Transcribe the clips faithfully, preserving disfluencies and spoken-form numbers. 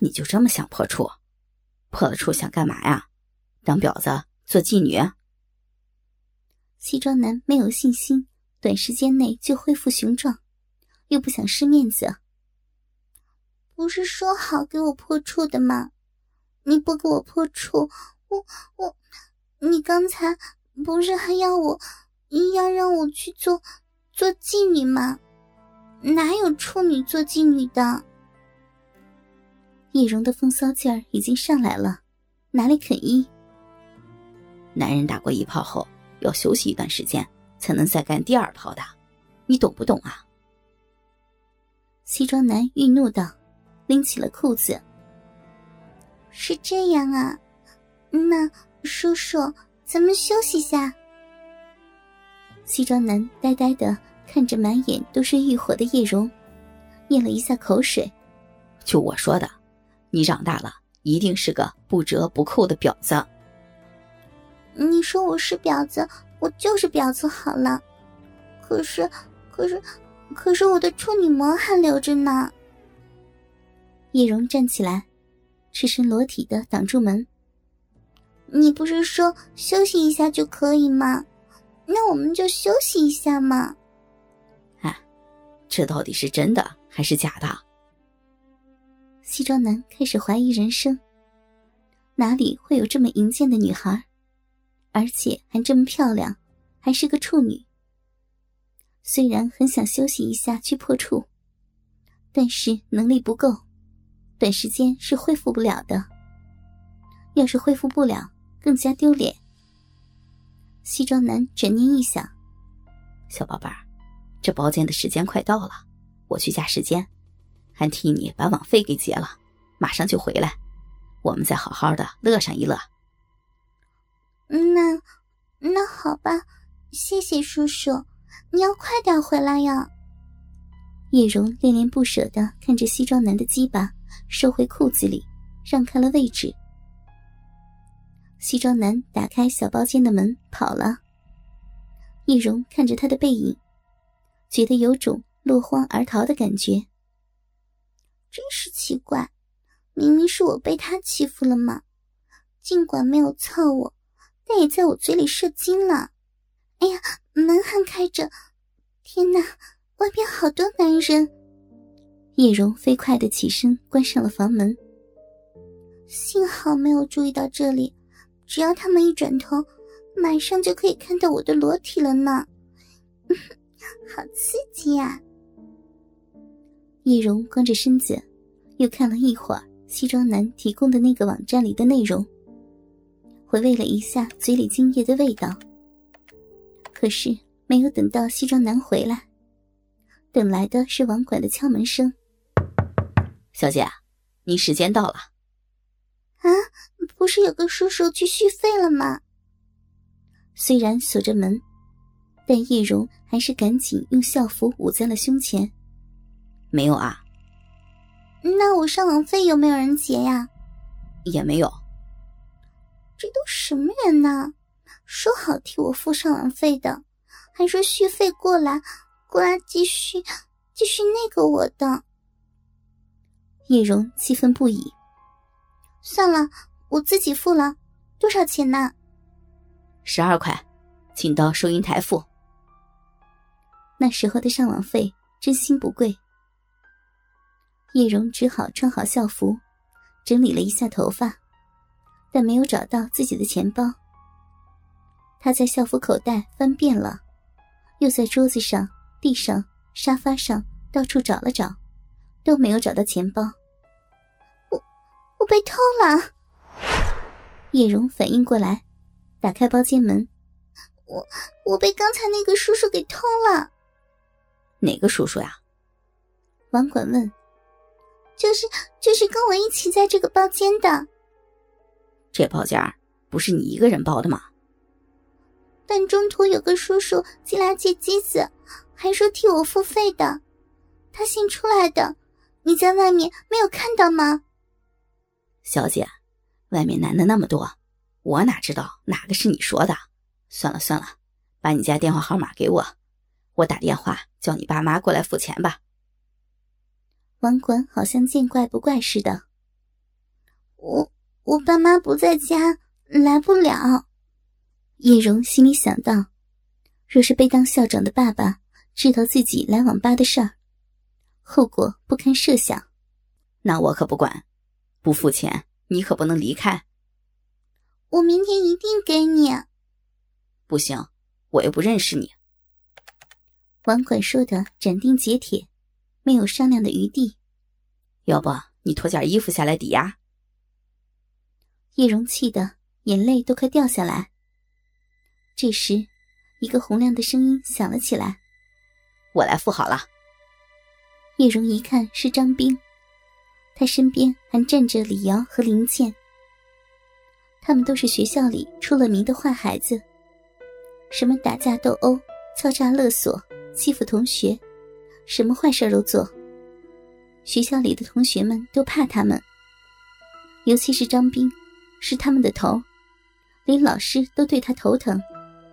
你就这么想破处？破了处想干嘛呀？当婊子做妓女？ 西装男没有信心短时间内就恢复雄壮，又不想失面子。不是说好给我破处的吗？你不给我破处，我我你刚才不是还要我要让我去做做妓女吗？哪有处女做妓女的？叶蓉的风骚劲儿已经上来了，哪里肯依？ 男人打过一炮后要休息一段时间才能再干第二炮的，你懂不懂啊？ 西装男愠怒道，拎起了裤子。是这样啊，那叔叔咱们休息下。西装男呆呆地看着满眼都是欲火的叶蓉，咽了一下口水。 就我说的，你长大了一定是个不折不扣的婊子。 你说我是婊子，我就是婊子好了。可是可是可是我的处女膜还留着呢。叶蓉站起来，赤身裸体的挡住门。你不是说休息一下就可以吗？那我们就休息一下嘛。 哎，这到底是真的还是假的？ 西装男开始怀疑人生，哪里会有这么淫贱的女孩，而且还这么漂亮，还是个处女。虽然很想休息一下去破处，但是能力不够，短时间是恢复不了的。要是恢复不了，更加丢脸。西装男转念一想， 小宝贝儿，这包间的时间快到了，我去加时间，还替你把网费给结了，马上就回来，我们再好好的乐上一乐。 那那好吧，谢谢叔叔，你要快点回来呀。叶蓉恋恋不舍地看着西装男的鸡巴收回裤子里，让开了位置。西装男打开小包间的门跑了。叶蓉看着他的背影，觉得有种落荒而逃的感觉。真是奇怪，明明是我被他欺负了嘛，尽管没有操我，但也在我嘴里射精了。哎呀，门还开着，天哪，外边好多男人。叶蓉飞快地起身关上了房门。幸好没有注意到这里，只要他们一转头，马上就可以看到我的裸体了呢。好刺激呀！叶蓉光着身子，又看了一会儿西装男提供的那个网站里的内容，回味了一下嘴里精液的味道。可是没有等到西装男回来，等来的是网管的敲门声。 小姐，您时间到了。 啊，不是有个叔叔去续费了吗？虽然锁着门，但叶蓉还是赶紧用校服捂在了胸前。 没有啊。 那我上网费有没有人结呀？ 也没有。 这都什么人呢？说好替我付上网费的，还说续费过来过来继续继续那个我的。叶蓉气愤不已。算了，我自己付了。多少钱呢？ 十二块，请到收银台付。 那时候的上网费真心不贵。叶蓉只好穿好校服，整理了一下头发，但没有找到自己的钱包。她在校服口袋翻遍了，又在桌子上、地上、沙发上到处找了找，都没有找到钱包。我我被偷了！叶蓉反应过来，打开包间门。我我被刚才那个叔叔给偷了。 哪个叔叔呀？ 网管问。就是就是跟我一起在这个包间的。 这包间不是你一个人包的吗？ 但中途有个叔叔进来借机子，还说替我付费的，他先出来的，你在外面没有看到吗？ 小姐，外面男的那么多，我哪知道哪个是你说的。算了算了，把你家电话号码给我，我打电话叫你爸妈过来付钱吧。 网管好像见怪不怪似的。 我我爸妈不在家，来不了。叶蓉心里想到，若是被当校长的爸爸知道自己来网吧的事儿，后果不堪设想。 那我可不管，不付钱你可不能离开。 我明天一定给你。 不行，我又不认识你。 网管说的斩钉截铁，没有商量的余地。 要不你脱件衣服下来抵押。 叶蓉气得眼泪都快掉下来。这时一个洪亮的声音响了起来， 我来付好了。 叶蓉一看是张斌，他身边还站着李瑶和林倩，他们都是学校里出了名的坏孩子，什么打架斗殴、敲诈勒索、欺负同学，什么坏事都做。学校里的同学们都怕他们，尤其是张斌，是他们的头，连老师都对他头疼。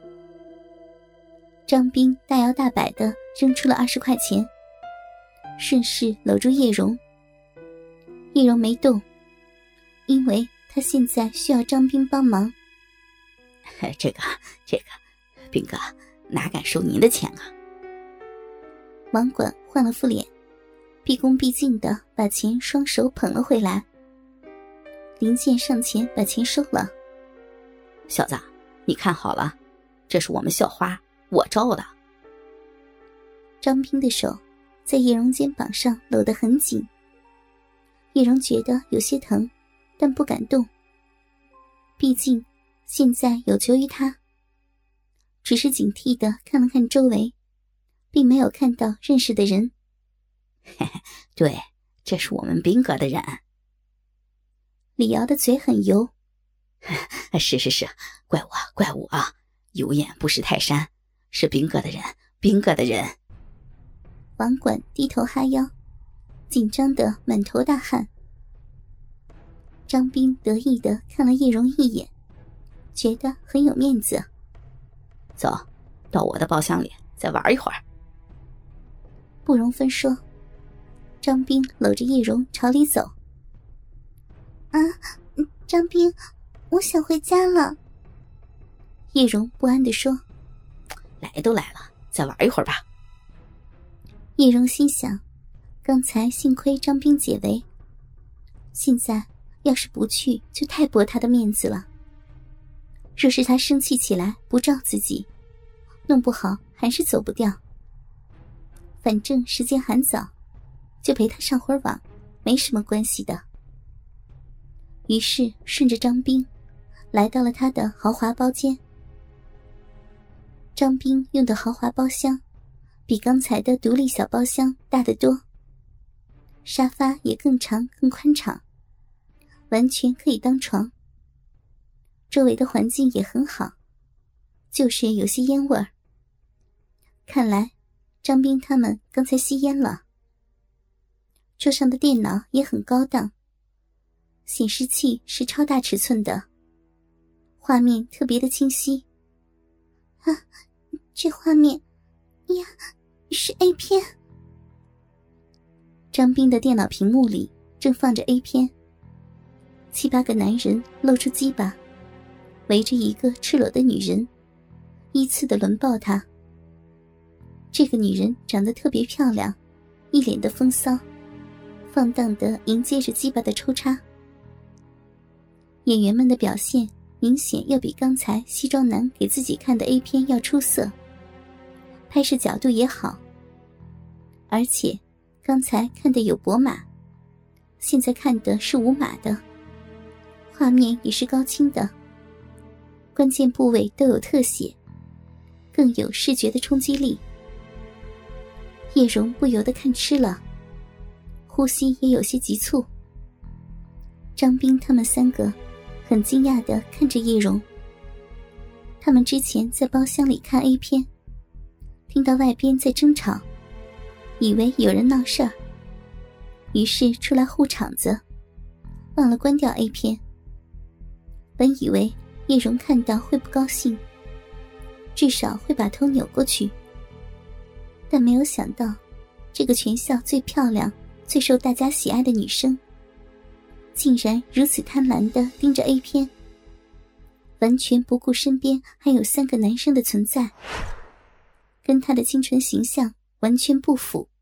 张斌大摇大摆地扔出了二十块钱，顺势搂住叶蓉。叶蓉没动，因为她现在需要张斌帮忙。 这个这个斌哥哪敢收您的钱啊。 网管换了副脸，毕恭毕敬地把钱双手捧了回来。林健上前把钱收了。 小子，你看好了，这是我们校花，我招的。 张斌的手在叶蓉肩膀上搂得很紧，叶蓉觉得有些疼，但不敢动。毕竟现在有求于他，只是警惕地看了看周围，并没有看到认识的人。 嘿嘿，对，这是我们斌哥的人。 李瑶的嘴很油。 是是是，怪我怪我啊，有眼不识泰山，是斌哥的人，斌哥的人。 网管低头哈腰，紧张得满头大汗。张斌得意地看了叶蓉一眼，觉得很有面子。 走，到我的包厢里再玩一会儿。 不容分说，张斌搂着叶蓉朝里走。啊，张斌，我想回家了。叶蓉不安地说。 来都来了，再玩一会儿吧。 叶蓉心想，刚才幸亏张斌解围，现在要是不去就太驳他的面子了。若是他生气起来不照自己，弄不好还是走不掉。反正时间还早，就陪他上会儿网，没什么关系的。于是顺着张斌来到了他的豪华包间。张斌用的豪华包厢比刚才的独立小包厢大得多，沙发也更长更宽敞，完全可以当床。周围的环境也很好，就是有些烟味儿。看来张斌他们刚才吸烟了。桌上的电脑也很高档，显示器是超大尺寸的，画面特别的清晰。啊，这画面呀，是 A 片。张斌的电脑屏幕里正放着 A 片，七八个男人露出鸡巴，围着一个赤裸的女人，依次的轮抱她。这个女人长得特别漂亮，一脸的风骚，放荡地迎接着鸡巴的抽插。演员们的表现明显要比刚才西装男给自己看的 A 片要出色，拍摄角度也好。而且刚才看的有薄码，现在看的是无码的，画面也是高清的，关键部位都有特写，更有视觉的冲击力。叶蓉不由得看痴了，呼吸也有些急促。张斌他们三个很惊讶地看着叶蓉。他们之前在包厢里看 A 片，听到外边在争吵，以为有人闹事儿，于是出来护场子，忘了关掉 A 片。本以为叶蓉看到会不高兴，至少会把头扭过去，但没有想到这个全校最漂亮最受大家喜爱的女生竟然如此贪婪地盯着 A 片，完全不顾身边还有三个男生的存在，跟他的清纯形象完全不符。